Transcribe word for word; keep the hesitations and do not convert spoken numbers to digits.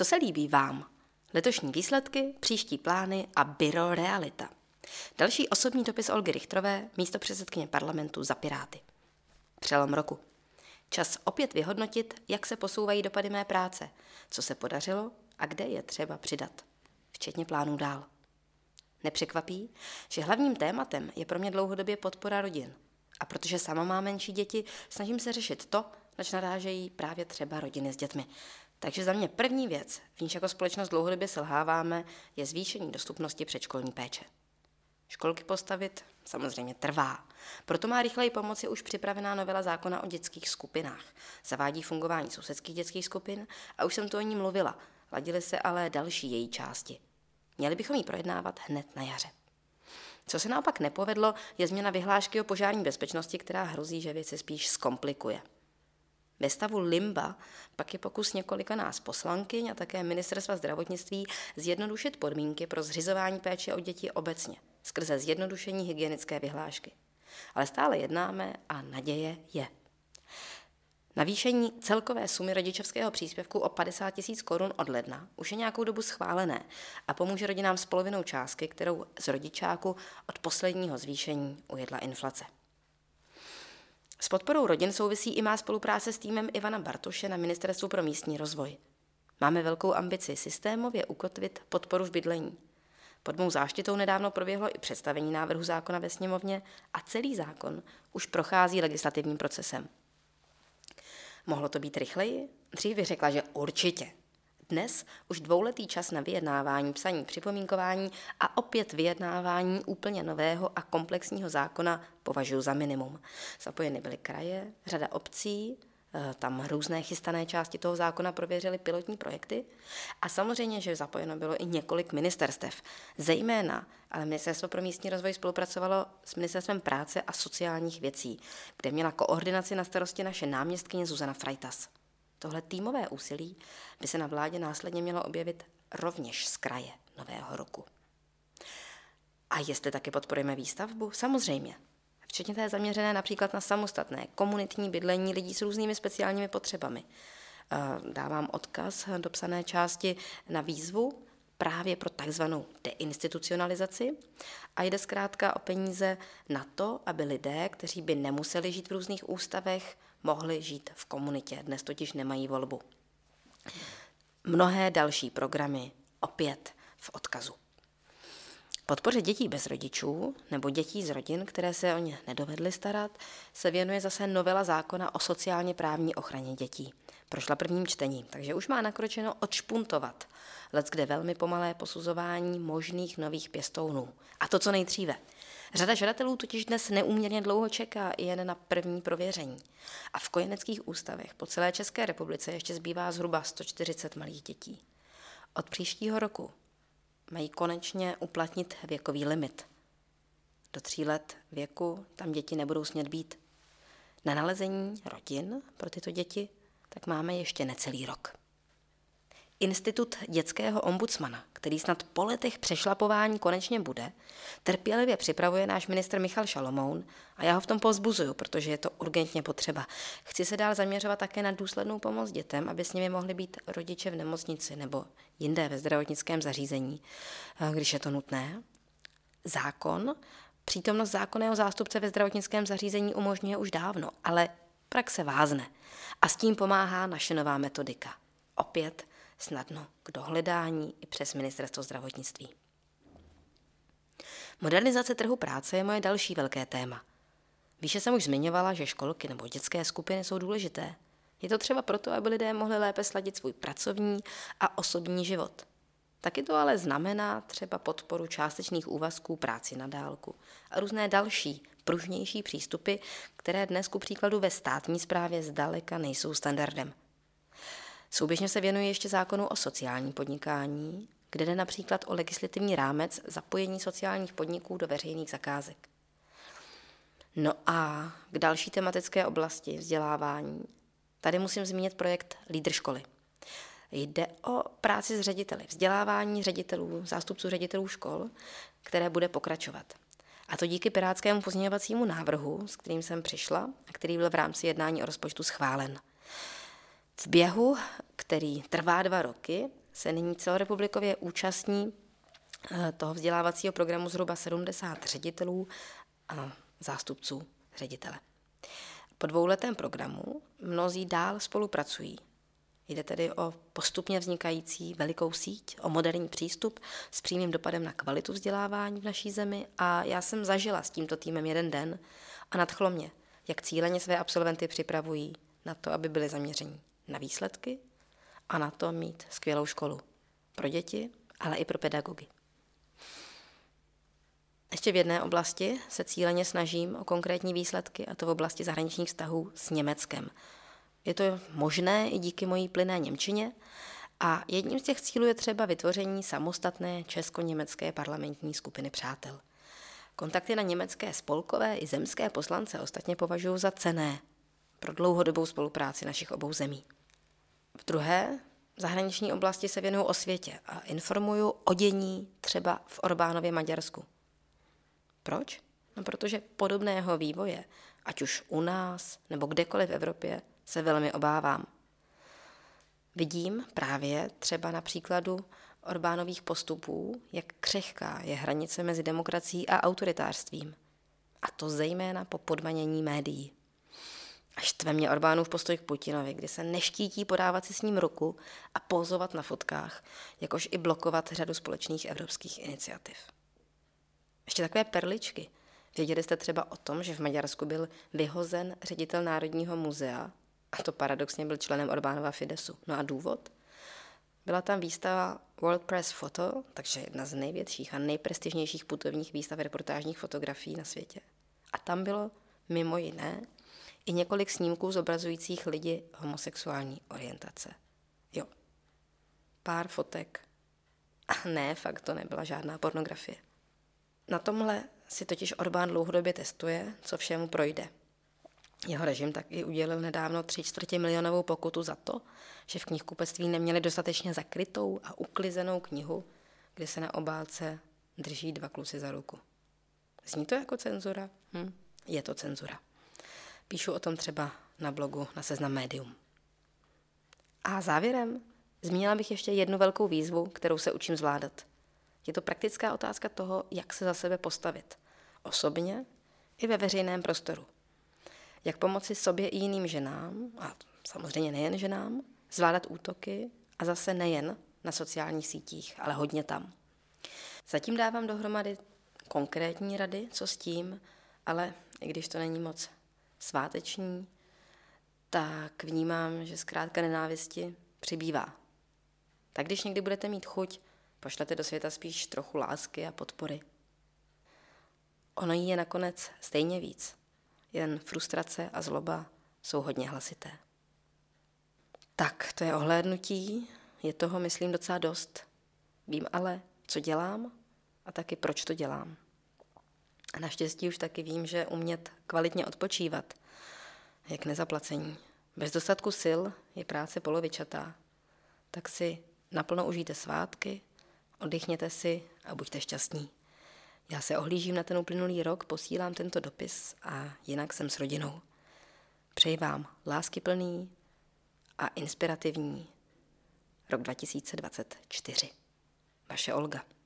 Co se líbí vám? Letošní výsledky, příští plány a Biro realita. Další osobní dopis Olgy Richterové, místopředsedkyně parlamentu za Piráty. Přelom roku. Čas opět vyhodnotit, jak se posouvají dopady mé práce, co se podařilo a kde je třeba přidat, včetně plánů dál. Nepřekvapí, že hlavním tématem je pro mě dlouhodobě podpora rodin. A protože sama mám menší děti, snažím se řešit to, nač narážejí právě třeba rodiny s dětmi. Takže za mě první věc, v níž jako společnost dlouhodobě selháváme, je zvýšení dostupnosti předškolní péče. Školky postavit samozřejmě trvá. Proto má rychleji pomoci už připravená novela zákona o dětských skupinách. Zavádí fungování sousedských dětských skupin a už jsem tu o ní mluvila. Ladily se ale další její části. Měli bychom ji projednávat hned na jaře. Co se naopak nepovedlo, je změna vyhlášky o požární bezpečnosti, která hrozí, že věci spíš zkomplikuje. Ve stavu limba pak je pokus několika nás poslankyň a také ministerstva zdravotnictví zjednodušit podmínky pro zřizování péče o děti obecně, skrze zjednodušení hygienické vyhlášky. Ale stále jednáme a naděje je. Navýšení celkové sumy rodičovského příspěvku o padesát tisíc korun od ledna už je nějakou dobu schválené a pomůže rodinám s polovinou částky, kterou z rodičáku od posledního zvýšení ujedla inflace. S podporou rodin souvisí i má spolupráce s týmem Ivana Bartoše na Ministerstvu pro místní rozvoj. Máme velkou ambici systémově ukotvit podporu v bydlení. Pod mou záštitou nedávno proběhlo i představení návrhu zákona ve sněmovně a celý zákon už prochází legislativním procesem. Mohlo to být rychleji? Dřív bych řekla, že určitě. Dnes už dvouletý čas na vyjednávání, psaní, připomínkování a opět vyjednávání úplně nového a komplexního zákona považuji za minimum. Zapojeny byly kraje, řada obcí, tam různé chystané části toho zákona prověřily pilotní projekty a samozřejmě, že zapojeno bylo i několik ministerstev. Zejména, ale Ministerstvo pro místní rozvoj spolupracovalo s Ministerstvem práce a sociálních věcí, kde měla koordinaci na starosti naše náměstkyně Zuzana Frajtas. Tohle týmové úsilí by se na vládě následně mělo objevit rovněž z kraje nového roku. A jestli taky podporujeme výstavbu? Samozřejmě. Včetně té zaměřené například na samostatné komunitní bydlení lidí s různými speciálními potřebami. Dávám odkaz do psané části na výzvu právě pro takzvanou deinstitucionalizaci a jde zkrátka o peníze na to, aby lidé, kteří by nemuseli žít v různých ústavech, mohli žít v komunitě. Dnes totiž nemají volbu. Mnohé další programy opět v odkazu. Podpoře dětí bez rodičů nebo dětí z rodin, které se o ně nedovedly starat, se věnuje zase novela zákona o sociálně právní ochraně dětí. Prošla prvním čtením, takže už má nakročeno odšpuntovat leckde velmi pomalé posuzování možných nových pěstounů. A to co nejdříve. Řada žadatelů totiž dnes neúměrně dlouho čeká jen na první prověření. A v kojeneckých ústavech po celé České republice ještě zbývá zhruba sto čtyřicet malých dětí. Od příštího roku mají konečně uplatnit věkový limit. Do tří let věku tam děti nebudou smět být. Na nalezení rodin pro tyto děti tak máme ještě necelý rok. Institut dětského ombudsmana, který snad po letech přešlapování konečně bude, trpělivě připravuje náš ministr Michal Šalomoun a já ho v tom povzbuzuju, protože je to urgentně potřeba. Chci se dál zaměřovat také na důslednou pomoc dětem, aby s nimi mohli být rodiče v nemocnici nebo jinde ve zdravotnickém zařízení, když je to nutné. Zákon, přítomnost zákonného zástupce ve zdravotnickém zařízení umožňuje už dávno, ale praxe vázne a s tím pomáhá naše nová metodika. Opět snadno k dohledání i přes Ministerstvo zdravotnictví. Modernizace trhu práce je moje další velké téma. Výše jsem už zmiňovala, že školky nebo dětské skupiny jsou důležité. Je to třeba proto, aby lidé mohli lépe sladit svůj pracovní a osobní život. Taky to ale znamená třeba podporu částečných úvazků, práci na dálku a různé další, pružnější přístupy, které dnes ku příkladu ve státní správě zdaleka nejsou standardem. Souběžně se věnuji ještě zákonu o sociálním podnikání, kde jde například o legislativní rámec zapojení sociálních podniků do veřejných zakázek. No a k další tematické oblasti vzdělávání. Tady musím zmínit projekt Lídr školy. Jde o práci s řediteli, vzdělávání ředitelů, zástupců ředitelů škol, které bude pokračovat. A to díky pirátskému pozměňovacímu návrhu, s kterým jsem přišla a který byl v rámci jednání o rozpočtu schválen. V běhu, který trvá dva roky, se nyní celorepublikově účastní toho vzdělávacího programu zhruba sedmdesát ředitelů a zástupců ředitele. Po dvouletém programu mnozí dál spolupracují. Jde tedy o postupně vznikající velikou síť, o moderní přístup s přímým dopadem na kvalitu vzdělávání v naší zemi a já jsem zažila s tímto týmem jeden den a nadchlo mě, jak cíleně své absolventy připravují na to, aby byli zaměření na výsledky a na to mít skvělou školu pro děti, ale i pro pedagogy. Ještě v jedné oblasti se cíleně snažím o konkrétní výsledky, a to v oblasti zahraničních vztahů s Německem. Je to možné i díky mojí plynné němčině a jedním z těch cílů je třeba vytvoření samostatné česko-německé parlamentní skupiny přátel. Kontakty na německé spolkové i zemské poslance ostatně považuji za cenné pro dlouhodobou spolupráci našich obou zemí. V druhé zahraniční oblasti se věnuju osvětě a informuju o dění třeba v Orbánově Maďarsku. Proč? No, protože podobného vývoje, ať už u nás nebo kdekoliv v Evropě, se velmi obávám. Vidím právě třeba na příkladu Orbánových postupů, jak křehká je hranice mezi demokracií a autoritářstvím. A to zejména po podmanění médií. A štve mě Orbánův postoj k Putinovi, kdy se neštítí podávat si s ním ruku a pózovat na fotkách, jakož i blokovat řadu společných evropských iniciativ. Ještě takové perličky. Věděli jste třeba o tom, že v Maďarsku byl vyhozen ředitel Národního muzea, a to paradoxně byl členem Orbánova Fidesu. No a důvod? Byla tam výstava World Press Photo, takže jedna z největších a nejprestižnějších putovních výstav reportážních fotografií na světě. A tam bylo mimo jiné i několik snímků zobrazujících lidi homosexuální orientace. Jo, pár fotek. A ne, fakt to nebyla žádná pornografie. Na tomhle si totiž Orbán dlouhodobě testuje, co všemu projde. Jeho režim taky udělil nedávno tři čtvrtě milionovou pokutu za to, že v knihkupectví neměli dostatečně zakrytou a uklizenou knihu, kde se na obálce drží dva kluci za ruku. Zní to jako cenzura? Hm, je to cenzura. Píšu o tom třeba na blogu na Seznam Médium. A závěrem zmínila bych ještě jednu velkou výzvu, kterou se učím zvládat. Je to praktická otázka toho, jak se za sebe postavit. Osobně i ve veřejném prostoru. Jak pomoci sobě i jiným ženám, a samozřejmě nejen ženám, zvládat útoky a zase nejen na sociálních sítích, ale hodně tam. Zatím dávám dohromady konkrétní rady, co s tím, ale i když to není moc sváteční, tak vnímám, že zkrátka nenávisti přibývá. Tak když někdy budete mít chuť, pošlete do světa spíš trochu lásky a podpory. Ono jí je nakonec stejně víc. Jen frustrace a zloba jsou hodně hlasité. Tak, to je ohlédnutí, je toho, myslím, docela dost. Vím ale, co dělám a taky proč to dělám. A naštěstí už taky vím, že umět kvalitně odpočívat je k nezaplacení. Bez dostatku sil je práce polovičatá. Tak si naplno užijte svátky, oddychněte si a buďte šťastní. Já se ohlížím na ten uplynulý rok, posílám tento dopis a jinak jsem s rodinou. Přeji vám láskyplný a inspirativní rok dva tisíce dvacet čtyři. Vaše Olga.